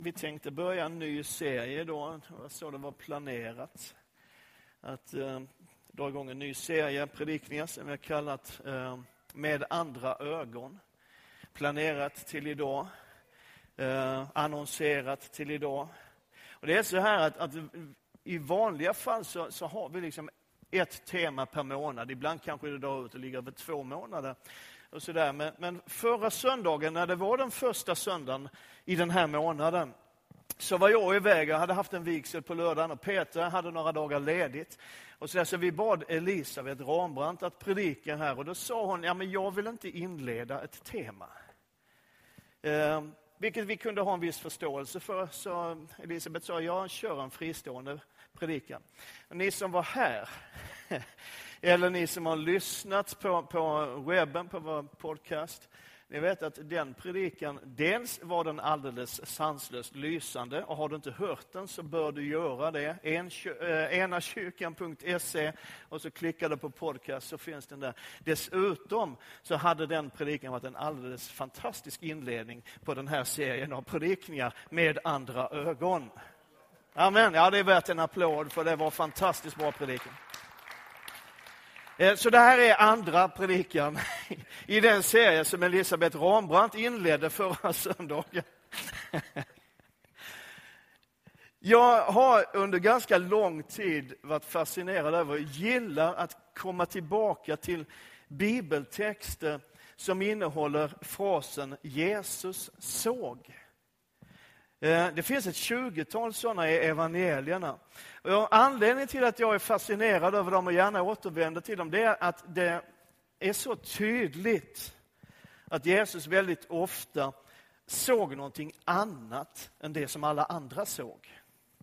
Vi tänkte börja en ny serie då, så det var planerat. Att dra igång en ny serie predikningar som jag kallat Med andra ögon. Planerat till idag, annonserat till idag. Och det är så här att i vanliga fall så har vi liksom ett tema per månad. Ibland kanske det drar ut och ligger över 2 månader. Och så där. Men förra söndagen, när det var den första söndagen i den här månaden, så var jag iväg. Jag hade haft en vigsel på lördagen och Peter hade några dagar ledigt. Och så vi bad Elisabeth Rambrandt att predika här. Och då sa hon, ja men jag vill inte inleda ett tema. Vilket vi kunde ha en viss förståelse för. Så Elisabeth sa, jag kör en fristående predikan. Och ni som var här, eller ni som har lyssnat på webben, på vår podcast, ni vet att den predikan, dels var den alldeles sanslöst lysande, och har du inte hört den så bör du göra det. Enakyrkan.se, och så klickar du på podcast så finns den där. Dessutom så hade den predikan varit en alldeles fantastisk inledning på den här serien av predikningar med andra ögon. Amen, ja det är värt en applåd för det var fantastiskt bra predikan. Så det här är andra predikan i den serie som Elisabeth Rambrandt inledde förra söndagen. Jag har under ganska lång tid varit fascinerad över och gillar att komma tillbaka till bibeltexter som innehåller frasen Jesus såg. Det finns ett 20-tal sådana i evangelierna. Och anledningen till att jag är fascinerad över dem och gärna återvänder till dem, det är att det är så tydligt att Jesus väldigt ofta såg någonting annat än det som alla andra såg.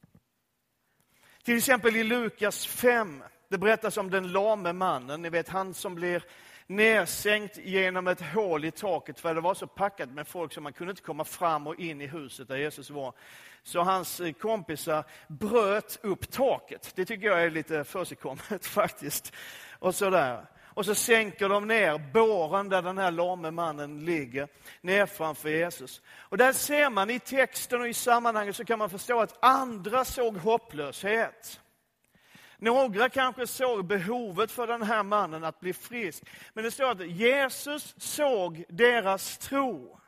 Till exempel i Lukas 5, det berättas om den lame mannen, ni vet han som blir nedsänkt genom ett hål i taket, för det var så packat med folk som man kunde inte komma fram och in i huset där Jesus var. Så hans kompisar bröt upp taket. Det tycker jag är lite försigkommet faktiskt. Och så sänker de ner båren där den här lame mannen ligger, ner framför Jesus. Och där ser man i texten och i sammanhanget, så kan man förstå att andra såg hopplöshet. Några kanske såg behovet för den här mannen att bli frisk. Men det står att Jesus såg deras tro.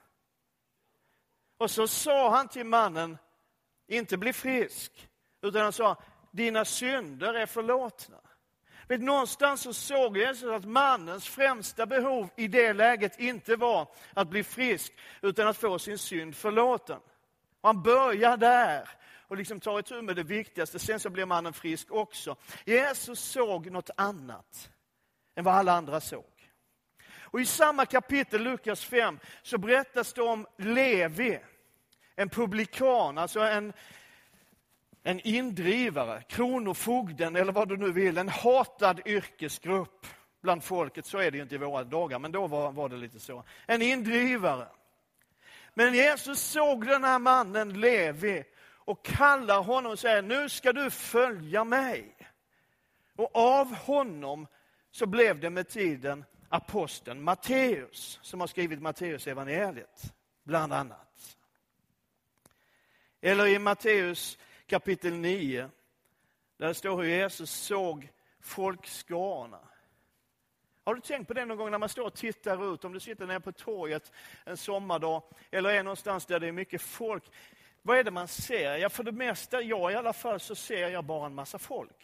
Och så sa han till mannen, inte bli frisk, utan han sa, dina synder är förlåtna. Men någonstans så såg Jesus att mannens främsta behov i det läget inte var att bli frisk, utan att få sin synd förlåten. Och han börjar där. Och liksom tar itu med det viktigaste. Sen så blir mannen frisk också. Jesus såg något annat än vad alla andra såg. Och i samma kapitel, Lukas 5, så berättas det om Levi. En publikan, alltså en indrivare, kronofogden eller vad du nu vill. En hatad yrkesgrupp bland folket. Så är det ju inte i våra dagar, men då var det lite så. En indrivare. Men Jesus såg den här mannen, Levi, och kallar honom och säger, nu ska du följa mig. Och av honom så blev det med tiden aposteln Matteus, som har skrivit Matteus evangeliet, bland annat. Eller i Matteus kapitel 9, där det står hur Jesus såg folkskarorna. Har du tänkt på det någon gång när man står och tittar ut, om du sitter nere på torget en sommardag, eller är någonstans där det är mycket folk. Vad är det man ser? Ja, för det mesta, jag i alla fall, så ser jag bara en massa folk.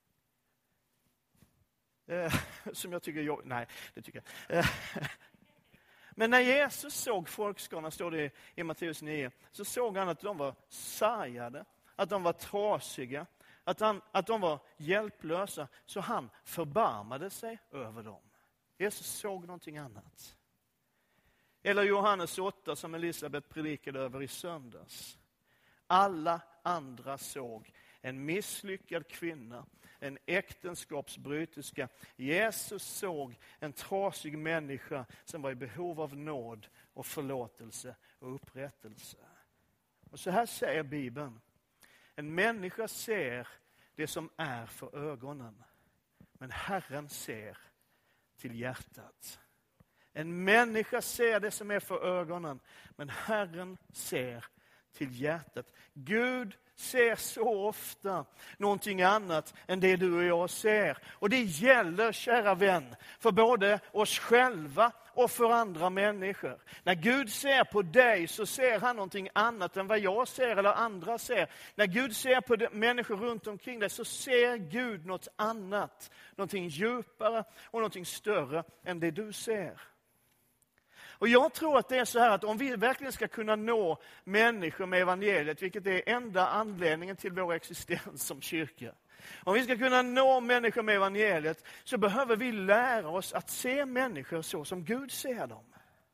Som jag tycker, nej, det tycker jag. Men när Jesus såg folkskarorna, står det i Matteus 9, så såg han att de var sargade, att de var trasiga, att de var hjälplösa, så han förbarmade sig över dem. Jesus såg någonting annat. Eller Johannes 8 som Elisabeth predikade över i söndags. Alla andra såg en misslyckad kvinna, en äktenskapsbryterska. Jesus såg en trasig människa som var i behov av nåd och förlåtelse och upprättelse. Och så här säger Bibeln. En människa ser det som är för ögonen, men Herren ser till hjärtat. En människa ser det som är för ögonen, men Herren ser till hjärtat. Gud ser så ofta någonting annat än det du och jag ser. Och det gäller, kära vän, för både oss själva och för andra människor. När Gud ser på dig så ser han någonting annat än vad jag ser eller andra ser. När Gud ser på människor runt omkring dig så ser Gud något annat. Någonting djupare och någonting större än det du ser. Och jag tror att det är så här att om vi verkligen ska kunna nå människor med evangeliet, vilket är enda anledningen till vår existens som kyrka. Om vi ska kunna nå människor med evangeliet så behöver vi lära oss att se människor så som Gud ser dem.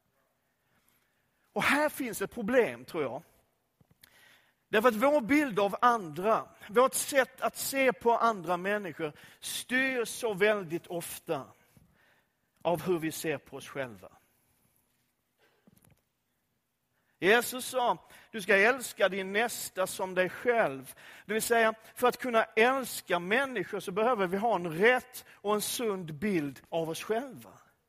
Och här finns ett problem, tror jag. Därför att vår bild av andra, vårt sätt att se på andra människor styrs så väldigt ofta av hur vi ser på oss själva. Jesus sa, du ska älska din nästa som dig själv. Det vill säga, för att kunna älska människor så behöver vi ha en rätt och en sund bild av oss själva.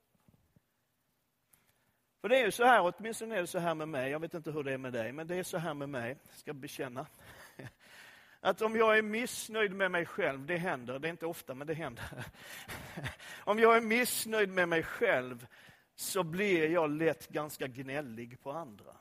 För det är ju så här, åtminstone är det så här med mig, jag vet inte hur det är med dig, men det är så här med mig, ska jag bekänna. Att om jag är missnöjd med mig själv, det händer, det är inte ofta men det händer. Om jag är missnöjd med mig själv så blir jag lätt ganska gnällig på andra.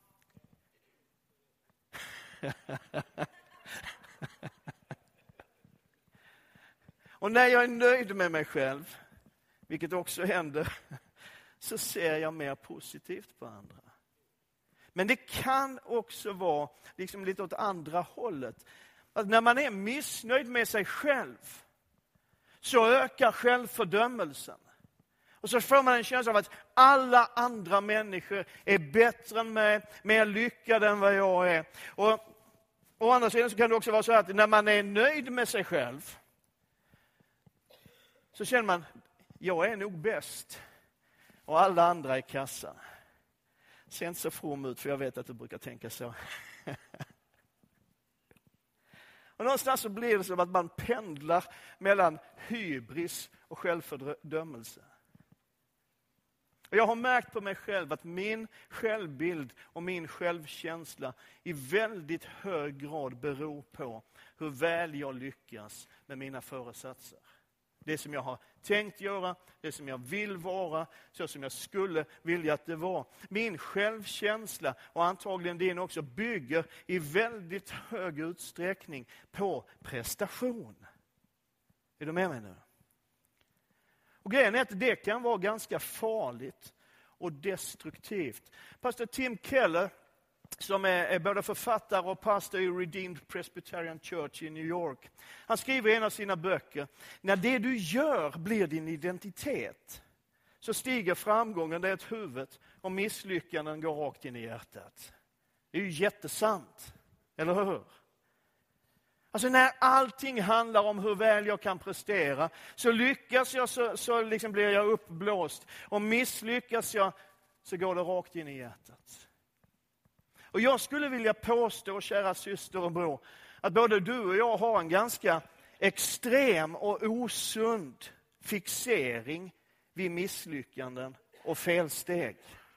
Och när jag är nöjd med mig själv, vilket också händer, så ser jag mer positivt på andra. Men det kan också vara liksom lite åt andra hållet. Att när man är missnöjd med sig själv så ökar självfördömelsen. Och så får man en känsla av att alla andra människor är bättre än mig, mer lyckade än vad jag är. Och å andra sidan så kan det också vara så att när man är nöjd med sig själv så känner man, jag är nog bäst och alla andra är kassa. Ser inte så from ut, för jag vet att du brukar tänka så. Och någonstans så blir det så att man pendlar mellan hybris och självfördömelse. Och jag har märkt på mig själv att min självbild och min självkänsla i väldigt hög grad beror på hur väl jag lyckas med mina föresatser. Det som jag har tänkt göra, det som jag vill vara, så som jag skulle vilja att det var. Min självkänsla, och antagligen din också, bygger i väldigt hög utsträckning på prestation. Är du med mig nu? Och grejen är att det kan vara ganska farligt och destruktivt. Pastor Tim Keller, som är både författare och pastor i Redeemed Presbyterian Church i New York. Han skriver i en av sina böcker, när det du gör blir din identitet så stiger framgången där ett huvud och misslyckanden går rakt in i hjärtat. Det är ju jättesant, eller hur? Alltså när allting handlar om hur väl jag kan prestera, så lyckas jag så liksom blir jag uppblåst. Och misslyckas jag så går det rakt in i hjärtat. Och jag skulle vilja påstå, kära syster och bror, att både du och jag har en ganska extrem och osund fixering vid misslyckanden och felsteg.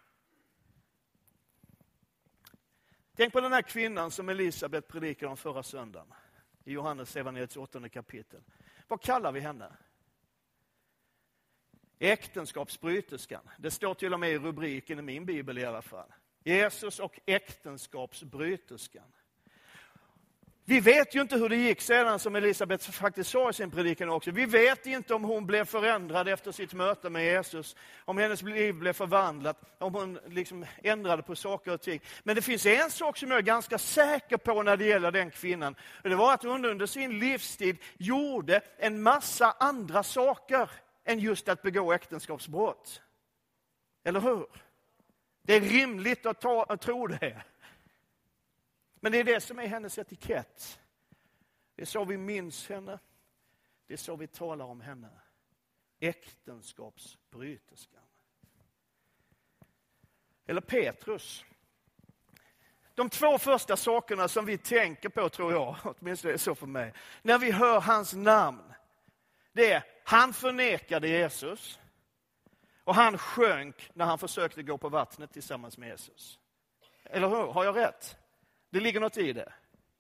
Tänk på den här kvinnan som Elisabet predikade om förra söndagen. I Johannes evangeliets 8:e kapitel. Vad kallar vi henne? Äktenskapsbryterskan. Det står till och med i rubriken i min bibel i alla fall. Jesus och äktenskapsbryterskan. Vi vet ju inte hur det gick sedan, som Elisabet faktiskt sa i sin predikan också. Vi vet inte om hon blev förändrad efter sitt möte med Jesus. Om hennes liv blev förvandlat. Om hon liksom ändrade på saker och ting. Men det finns en sak som jag är ganska säker på när det gäller den kvinnan. Och det var att hon under sin livstid gjorde en massa andra saker än just att begå äktenskapsbrott. Eller hur? Det är rimligt att tro det. Men det är det som är hennes etikett. Det är så vi minns henne. Det är så vi talar om henne. Äktenskapsbryterskan. Eller Petrus. De två första sakerna som vi tänker på, tror jag, åtminstone är det så för mig, när vi hör hans namn, det är han förnekade Jesus och han sjönk när han försökte gå på vattnet tillsammans med Jesus. Eller hur? Har jag rätt? Det ligger något i det.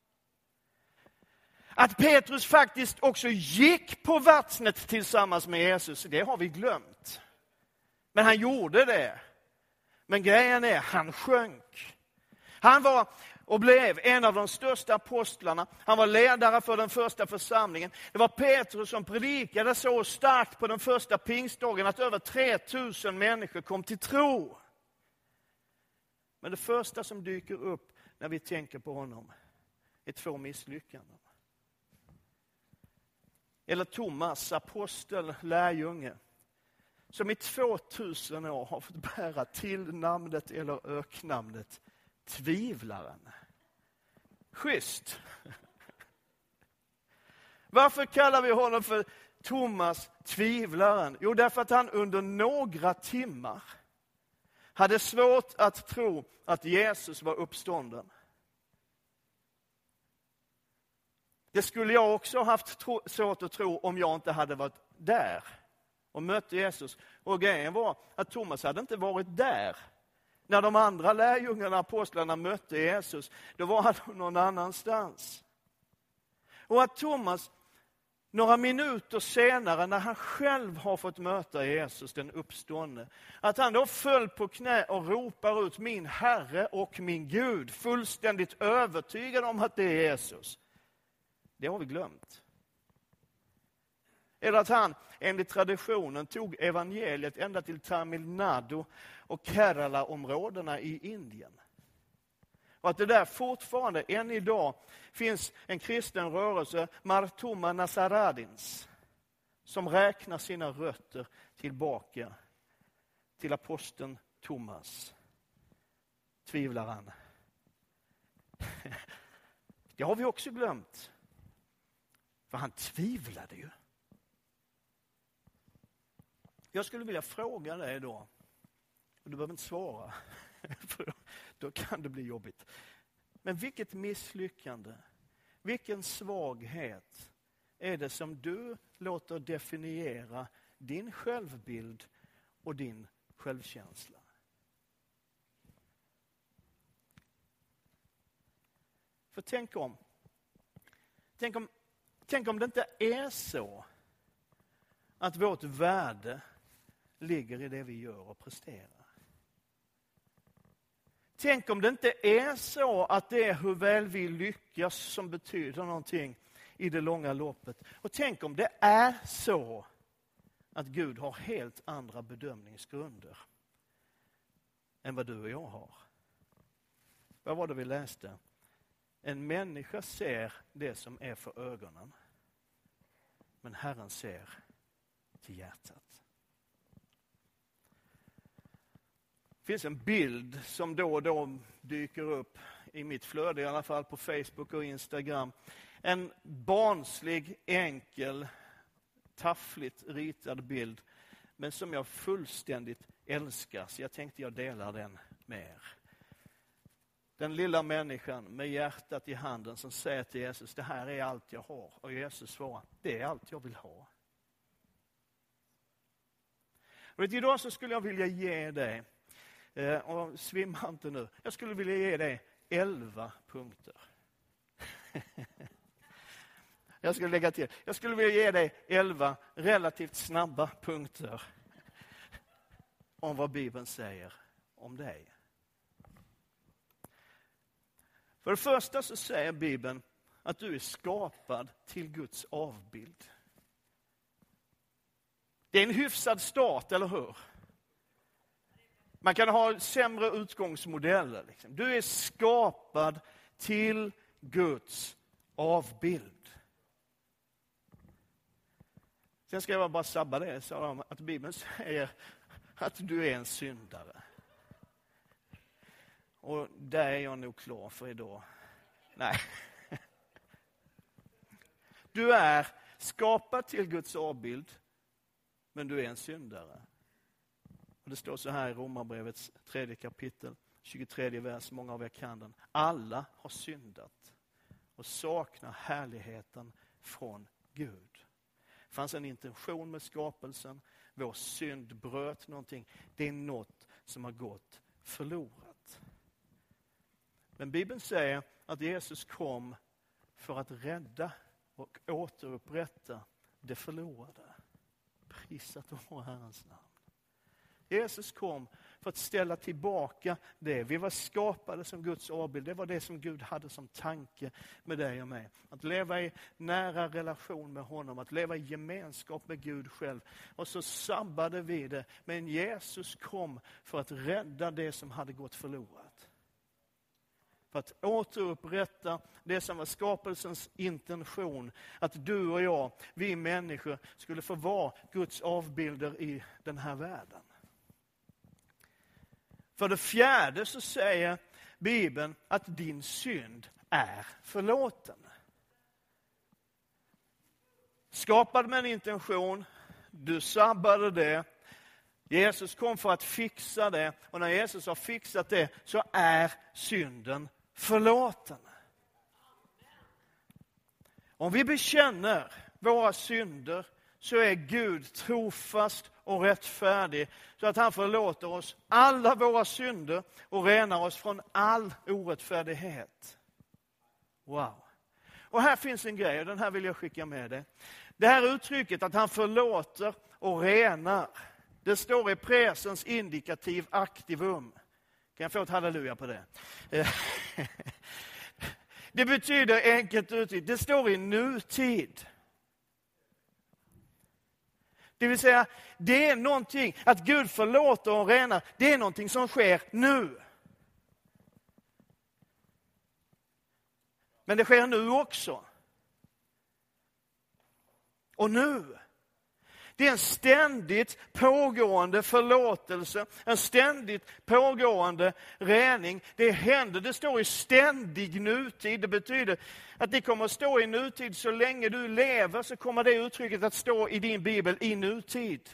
Att Petrus faktiskt också gick på vattnet tillsammans med Jesus, det har vi glömt. Men han gjorde det. Men grejen är, han sjönk. Han var och blev en av de största apostlarna. Han var ledare för den första församlingen. Det var Petrus som predikade så starkt på den första pingstdagen att över 3000 människor kom till tro. Men det första som dyker upp när vi tänker på honom är 2 misslyckanden. Eller Thomas, apostel, lärjunge, som i 2000 år har fått bära tillnamnet eller öknamnet tvivlaren. Schysst. Varför kallar vi honom för Thomas tvivlaren? Jo, därför att han under några timmar hade svårt att tro att Jesus var uppstånden. Det skulle jag också ha haft svårt att tro om jag inte hade varit där och mött Jesus. Och grejen var att Thomas hade inte varit där. När de andra lärjungarna, apostlarna, mötte Jesus, då var han någon annanstans. Och att Thomas några minuter senare, när han själv har fått möta Jesus, den uppståndne, att han då föll på knä och ropar ut min Herre och min Gud, fullständigt övertygad om att det är Jesus. Det har vi glömt. Eller att han, enligt traditionen, tog evangeliet ända till Tamil Nadu och Kerala-områdena i Indien. Och att det där fortfarande, än idag, finns en kristen rörelse, Martoma Nazaradins, som räknar sina rötter tillbaka till aposteln Thomas, tvivlaren. Det har vi också glömt. För han tvivlade ju. Jag skulle vilja fråga dig då, och du behöver inte svara, för då kan det bli jobbigt. Men vilket misslyckande, vilken svaghet är det som du låter definiera din självbild och din självkänsla? För tänk om det inte är så att vårt värde ligger i det vi gör och presterar. Tänk om det inte är så att det är hur väl vi lyckas som betyder någonting i det långa loppet. Och tänk om det är så att Gud har helt andra bedömningsgrunder än vad du och jag har. Vad var det vi läste? En människa ser det som är för ögonen, men Herren ser till hjärtat. Det finns en bild som då och då dyker upp i mitt flöde, i alla fall på Facebook och Instagram. En barnslig, enkel, taffligt ritad bild, men som jag fullständigt älskar. Så jag tänkte jag delar den med er. Den lilla människan med hjärtat i handen som säger till Jesus, det här är allt jag har. Och Jesus svarar, det är allt jag vill ha. Och idag så skulle jag vilja ge dig, och svimma inte nu, jag skulle vilja ge dig 11 punkter. Jag skulle vilja ge dig 11 relativt snabba punkter om vad Bibeln säger om dig. För det första så säger Bibeln att du är skapad till Guds avbild. Det är en hyfsad start, eller hur? Man kan ha sämre utgångsmodeller. Liksom. Du är skapad till Guds avbild. Sen ska jag bara sabba det, så att Bibeln säger att du är en syndare. Och där är jag nog klar för idag. Nej. Du är skapad till Guds avbild, men du är en syndare. Och det står så här i Romarbrevets 3 kapitel, 23 vers, många av er kan den. Alla har syndat och saknar härligheten från Gud. Det fanns en intention med skapelsen. Vår synd bröt någonting. Det är något som har gått förlorat. Men Bibeln säger att Jesus kom för att rädda och återupprätta det förlorade. Prisat vara Herrens namn. Jesus kom för att ställa tillbaka det. Vi var skapade som Guds avbild. Det var det som Gud hade som tanke med dig och mig. Att leva i nära relation med honom. Att leva i gemenskap med Gud själv. Och så sabbade vi det. Men Jesus kom för att rädda det som hade gått förlorat. För att återupprätta det som var skapelsens intention. Att du och jag, vi människor, skulle få vara Guds avbilder i den här världen. För det fjärde så säger Bibeln att din synd är förlåten. Skapad med en intention, du sabbade det. Jesus kom för att fixa det. Och när Jesus har fixat det så är synden förlåten. Om vi bekänner våra synder så är Gud trofast och rättfärdig så att han förlåter oss alla våra synder och renar oss från all orättfärdighet. Wow. Och här finns en grej, och den här vill jag skicka med dig. Det här uttrycket att han förlåter och renar, det står i presens indikativ aktivum. Kan jag få ett halleluja på det? Det betyder enkelt uttryckt, det står i nutid. Det vill säga, det är någonting, att Gud förlåter och renar, det är någonting som sker nu. Men det sker nu också. Och nu. Det är en ständigt pågående förlåtelse, en ständigt pågående rening. Det händer, det står i ständig nutid. Det betyder att det kommer att stå i nutid så länge du lever, så kommer det uttrycket att stå i din bibel i nutid.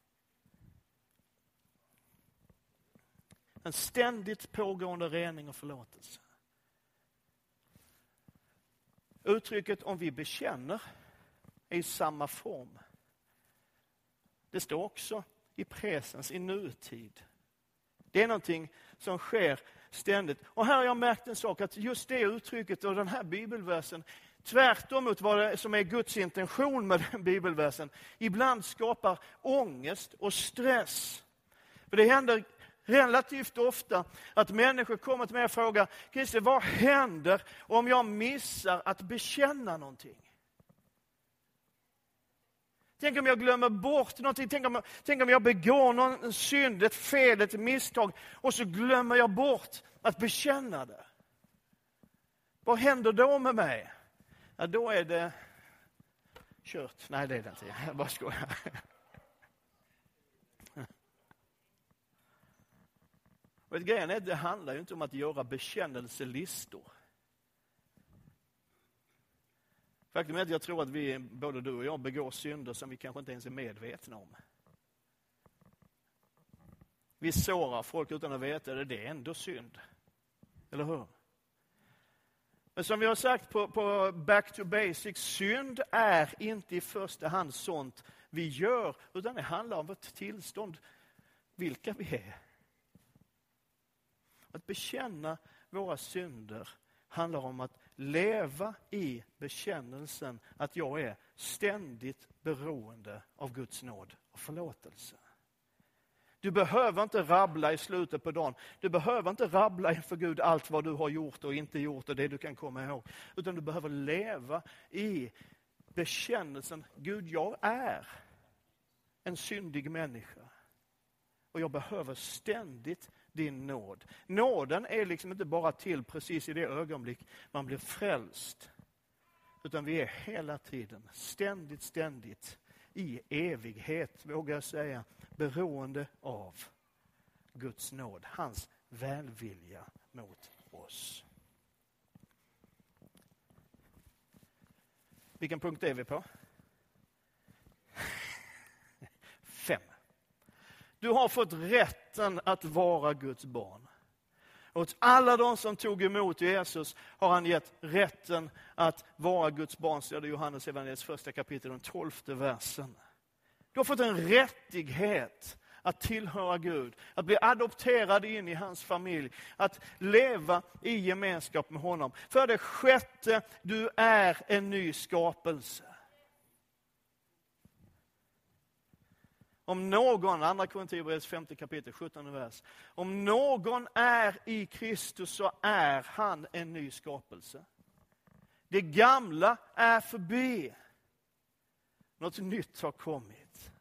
En ständigt pågående rening och förlåtelse. Uttrycket om vi bekänner är i samma form. Det står också i presens, i nutid. Det är någonting som sker ständigt. Och här har jag märkt en sak, att just det uttrycket och den här bibelversen, tvärtom mot vad det som är Guds intention med den bibelversen, ibland skapar ångest och stress. För det händer relativt ofta att människor kommer till mig och frågar: Christer, vad händer om jag missar att bekänna någonting? Tänk om jag glömmer bort någonting. Tänk om jag begår någon synd, ett fel, ett misstag. Och så glömmer jag bort att bekänna det. Vad händer då med mig? Ja, då är det kört. Nej, det är det inte. Jag bara skojar. Och grejen är att det handlar ju inte om att göra bekännelselistor. Faktum är att jag tror att vi, både du och jag, begår synder som vi kanske inte ens är medvetna om. Vi sårar folk utan att veta det, det är ändå synd. Eller hur? Men som vi har sagt på Back to Basics, synd är inte i första hand sånt vi gör, utan det handlar om vårt tillstånd, vilka vi är. Att bekänna våra synder handlar om att leva i bekännelsen att jag är ständigt beroende av Guds nåd och förlåtelse. Du behöver inte rabbla i slutet på dagen. Du behöver inte rabbla inför Gud allt vad du har gjort och inte gjort och det du kan komma ihåg. Utan du behöver leva i bekännelsen: Gud, jag är en syndig människa. Och jag behöver ständigt din nåd. Nåden är liksom inte bara till precis i det ögonblick man blir frälst. Utan vi är hela tiden, ständigt i evighet, vågar jag säga, beroende av Guds nåd, hans välvilja mot oss. Vilken punkt är vi på? 5. Du har fått rätten att vara Guds barn. Åt alla de som tog emot Jesus har han gett rätten att vara Guds barn, står det i Johannes evangeliets 1 kapitel, den 12:e versen. Du har fått en rättighet att tillhöra Gud, att bli adopterad in i hans familj, att leva i gemenskap med honom. För det sjätte, du är en ny skapelse. Om någon, andra Korinthierbrevets 5:e kapitel, 17:e vers. Om någon är i Kristus så är han en ny skapelse. Det gamla är förbi. Något nytt har kommit.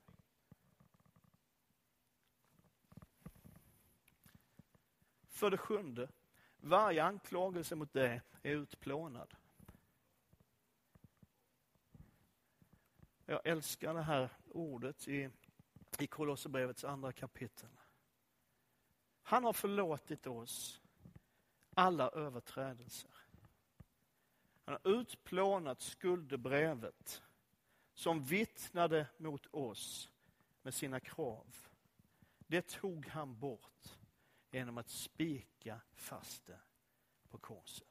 För det sjunde, varje anklagelse mot dig är utplånad. Jag älskar det här ordet i Kolosserbrevets 2:a kapitel. Han har förlåtit oss alla överträdelser. Han har utplånat skuldebrevet som vittnade mot oss med sina krav. Det tog han bort genom att spika fast det på korset.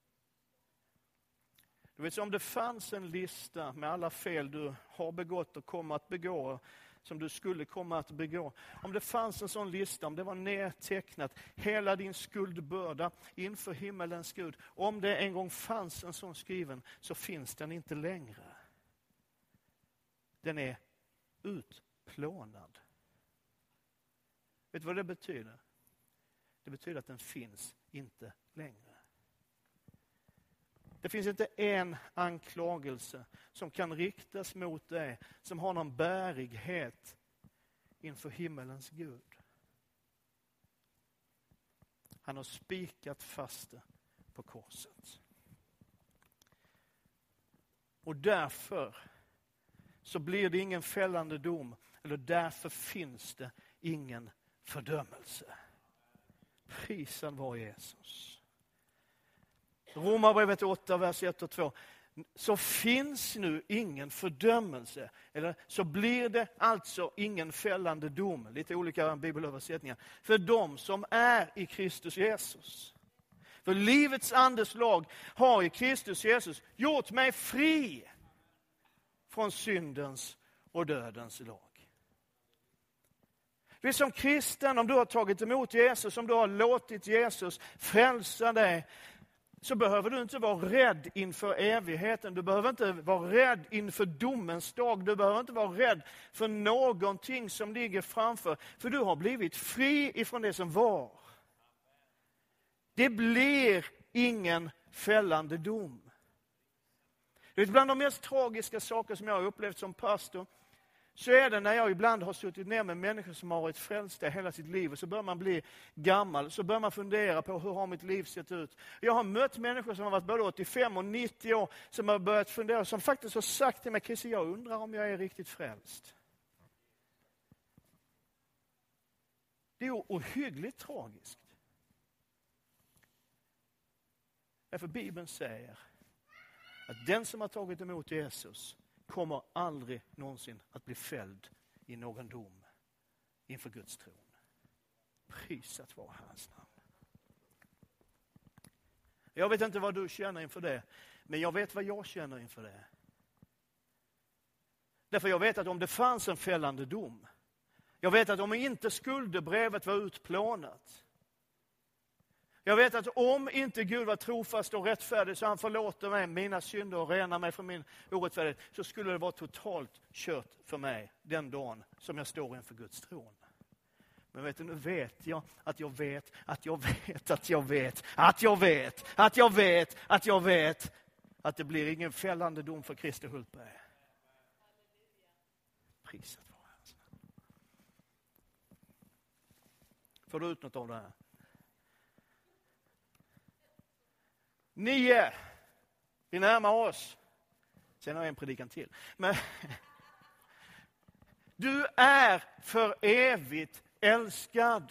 Du vet, om det fanns en lista med alla fel du har begått och kommer att begå, som du skulle komma att begå. Om det fanns en sån lista, om det var nedtecknat, hela din skuldbörda inför himmelens Gud. Om det en gång fanns en sån skriven, så finns den inte längre. Den är utplånad. Vet du vad det betyder? Det betyder att den finns inte längre. Det finns inte en anklagelse som kan riktas mot dig som har någon bärighet inför himmelens Gud. Han har spikat fast det på korset. Och därför så blir det ingen fällande dom, eller därför finns det ingen fördömelse. Prisad var Jesus. Romarbrevet 8, vers 1 och 2. Så finns nu ingen fördömelse. Eller så blir det alltså ingen fällande dom. Lite olika bibelöversättningar. För de som är i Kristus Jesus. För livets andes lag har i Kristus Jesus gjort mig fri från syndens och dödens lag. Du är som kristen, om du har tagit emot Jesus, om du har låtit Jesus frälsa dig, så behöver du inte vara rädd inför evigheten. Du behöver inte vara rädd inför domens dag. Du behöver inte vara rädd för någonting som ligger framför. För du har blivit fri ifrån det som var. Det blir ingen fällande dom. Det är bland de mest tragiska saker som jag har upplevt som pastor. Så är det när jag ibland har suttit ner med människor som har varit frälsta hela sitt liv. Och så börjar man bli gammal. Så börjar man fundera på hur har mitt liv sett ut. Jag har mött människor som har varit både 85 och 90 år. Som har börjat fundera. Som faktiskt har sagt till mig: Christer, jag undrar om jag är riktigt frälst. Det är ohyggligt tragiskt. Därför Bibeln säger att den som har tagit emot Jesus kommer aldrig någonsin att bli fälld i någon dom inför Guds tron. Prisat vare hans namn. Jag vet inte vad du känner inför det, men jag vet vad jag känner inför det. Därför jag vet att om det fanns en fällande dom, jag vet att om inte skuldebrevet var utplånat, jag vet att om inte Gud var trofast och rättfärdig så han förlåter mig mina synder och renar mig från min orättfärdighet, så skulle det vara totalt kört för mig den dagen som jag står inför Guds tron. Men vet du, nu vet jag att jag vet att jag vet att jag vet att jag vet att jag vet att jag vet att det blir ingen fällande dom för Christer Hultberg. Priset var hans. Får du ut något av det här? 9. Vi närmar oss. Sen har jag en predikan till. Men du är för evigt älskad.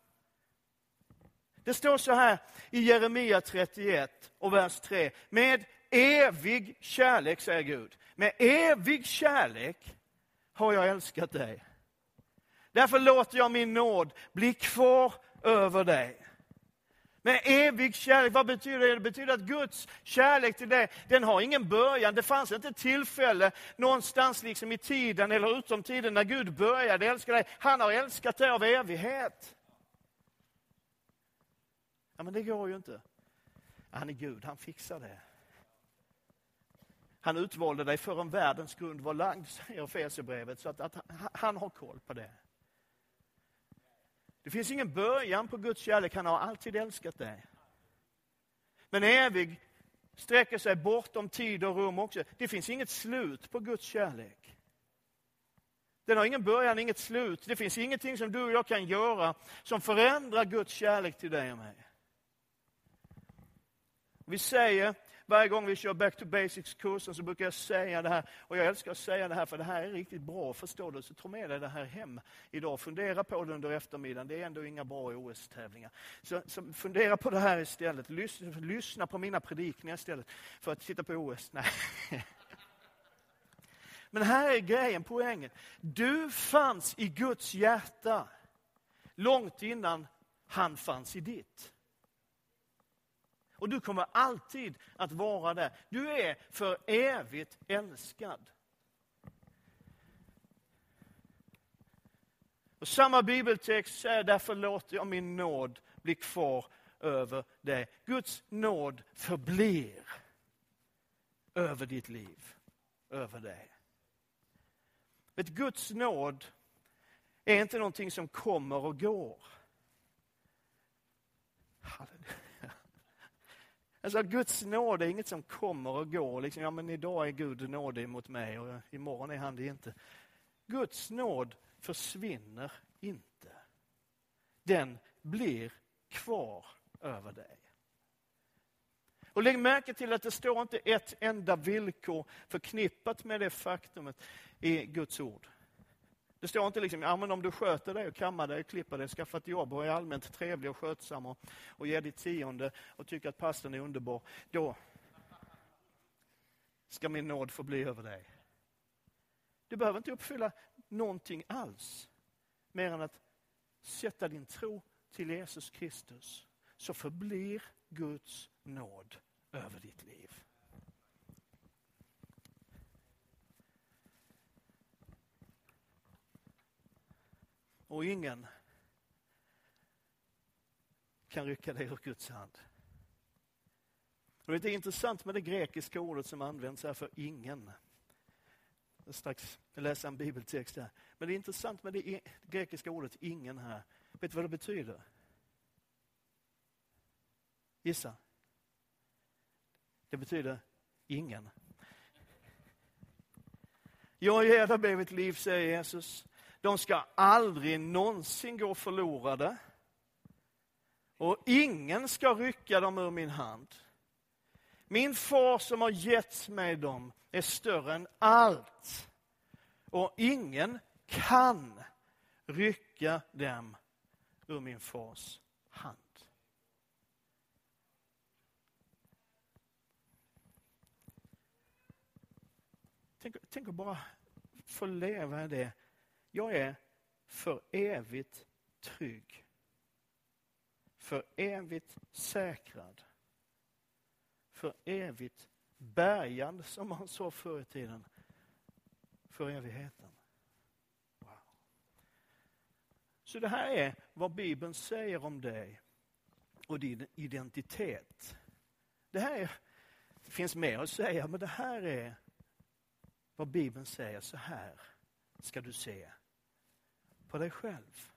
Det står så här i Jeremia 31 och vers 3. Med evig kärlek, säger Gud. Med evig kärlek har jag älskat dig. Därför låter jag min nåd bli kvar över dig. Med evig kärlek, vad betyder det? Det betyder att Guds kärlek till dig, den har ingen början. Det fanns inte tillfälle någonstans liksom i tiden eller utom tiden när Gud började älska dig. Han har älskat dig av evighet. Ja, men det går ju inte. Han är Gud, han fixar det. Han utvalde dig för en världens grund var lagd, säger Efesierbrevet, så att han har koll på det. Det finns ingen början på Guds kärlek, han har alltid älskat dig. Men evig sträcker sig bortom tid och rum också. Det finns inget slut på Guds kärlek. Den har ingen början, inget slut. Det finns ingenting som du och jag kan göra som förändrar Guds kärlek till dig och mig. Vi säger, varje gång vi kör Back to Basics-kursen så brukar jag säga det här. Och jag älskar att säga det här för det här är riktigt bra. Förstår du? Så ta med dig det här hem idag. Fundera på det under eftermiddagen. Det är ändå inga bra OS-tävlingar. Så fundera på det här istället. Lyssna på mina predikningar istället för att titta på OS. Nej. Men här är grejen, poängen. Du fanns i Guds hjärta långt innan han fanns i ditt. Och du kommer alltid att vara där. Du är för evigt älskad. Och samma bibeltext säger, därför låter jag min nåd bli kvar över dig. Guds nåd förblir över ditt liv, över dig. Ett Guds nåd är inte någonting som kommer och går. Halleluja. Alltså Guds nåd är inget som kommer och går. Liksom, ja, men idag är Gud nådig mot mig och imorgon är han det inte. Guds nåd försvinner inte. Den blir kvar över dig. Och lägg märke till att det står inte ett enda villkor förknippat med det faktumet i Guds ord. Det står inte liksom, ja men om du sköter dig och kammar dig och klipper dig, skaffar ett jobb och är allmänt trevlig och skötsam och ger ditt 10:e och tycker att pastorn är underbar, då ska min nåd få bli över dig. Du behöver inte uppfylla någonting alls mer än att sätta din tro till Jesus Kristus, så förblir Guds nåd över ditt liv. Och ingen kan rycka dig ur Guds hand. Och det är intressant med det grekiska ordet som används här för ingen. Jag strax läsa en bibeltext här. Men det är intressant med det grekiska ordet ingen här. Vet du vad det betyder? Gissa. Det betyder ingen. Jag ger dig blivit liv, säger Jesus. De ska aldrig någonsin gå förlorade. Och ingen ska rycka dem ur min hand. Min far som har gett mig dem är större än allt. Och ingen kan rycka dem ur min fars hand. Tänk att bara få leva i det. Jag är för evigt trygg. För evigt säkrad. För evigt bärgad, som man sa förr i tiden. För evigheten. Wow. Så det här är vad Bibeln säger om dig och din identitet. Det finns mer att säga, men det här är vad Bibeln säger. Så här ska du se på dig själv.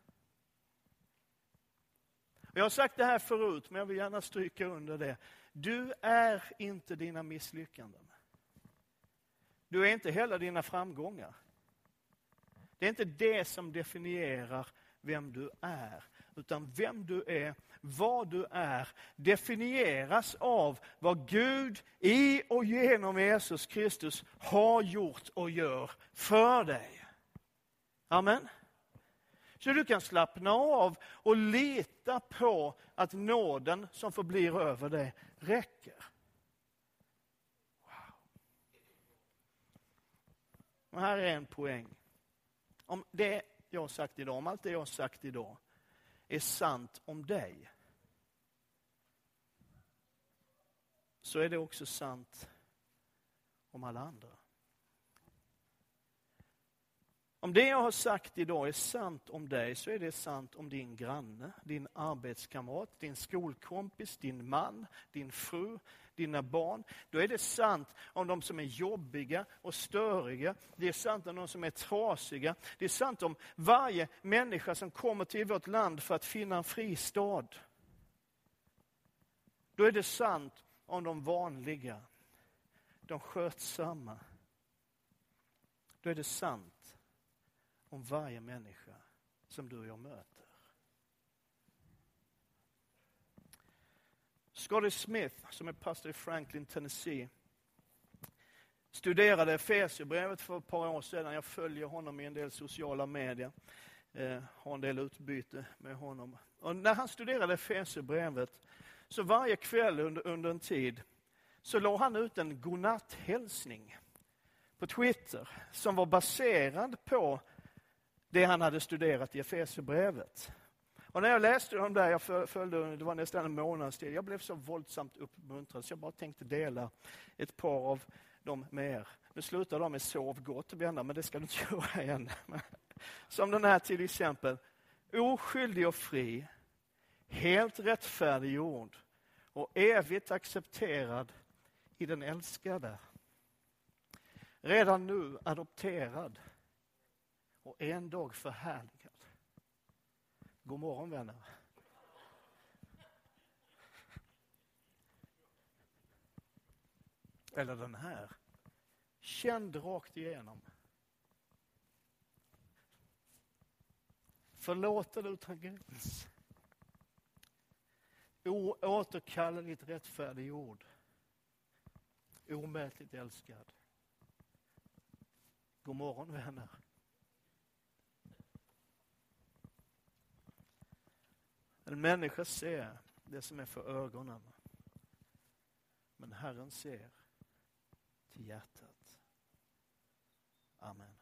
Jag har sagt det här förut, men jag vill gärna stryka under det. Du är inte dina misslyckanden. Du är inte heller dina framgångar. Det är inte det som definierar vem du är. Utan vem du är, vad du är, definieras av vad Gud i och genom Jesus Kristus har gjort och gör för dig. Amen. Så du kan slappna av och lita på att nåden som förblir över dig räcker. Wow. Och här är en poäng. Om det jag har sagt idag, om allt det jag har sagt idag är sant om dig, så är det också sant om alla andra. Om det jag har sagt idag är sant om dig, så är det sant om din granne, din arbetskamrat, din skolkompis, din man, din fru, dina barn. Då är det sant om de som är jobbiga och störiga. Det är sant om de som är trasiga. Det är sant om varje människa som kommer till vårt land för att finna en fristad. Då är det sant om de vanliga, de skötsamma. Då är det sant om varje människa som du och jag möter. Scotty Smith, som är pastor i Franklin, Tennessee, studerade Efesierbrevet för ett par år sedan. Jag följer honom i en del sociala medier. Har en del utbyte med honom. Och när han studerade Efesierbrevet, så varje kväll under en tid, så låg han ut en godnatthälsning på Twitter som var baserad på det han hade studerat i Efesierbrevet. Och när jag läste dem där, jag följde, det var nästan en månads tid, jag blev så våldsamt uppmuntrad så jag bara tänkte dela ett par av dem med er. Nu slutar de med sov gott, men det ska du inte göra igen. Som den här till exempel: oskyldig och fri, helt rättfärdiggjord och evigt accepterad i den älskade. Redan nu adopterad och en dag förhärligad. God morgon, vänner. Eller den här: känd rakt igenom. Förlåten utan gräns. Oåterkalleligt rättfärdiggjord. Omätligt älskad. God morgon, vänner. En människa ser det som är för ögonen. Men Herren ser till hjärtat. Amen.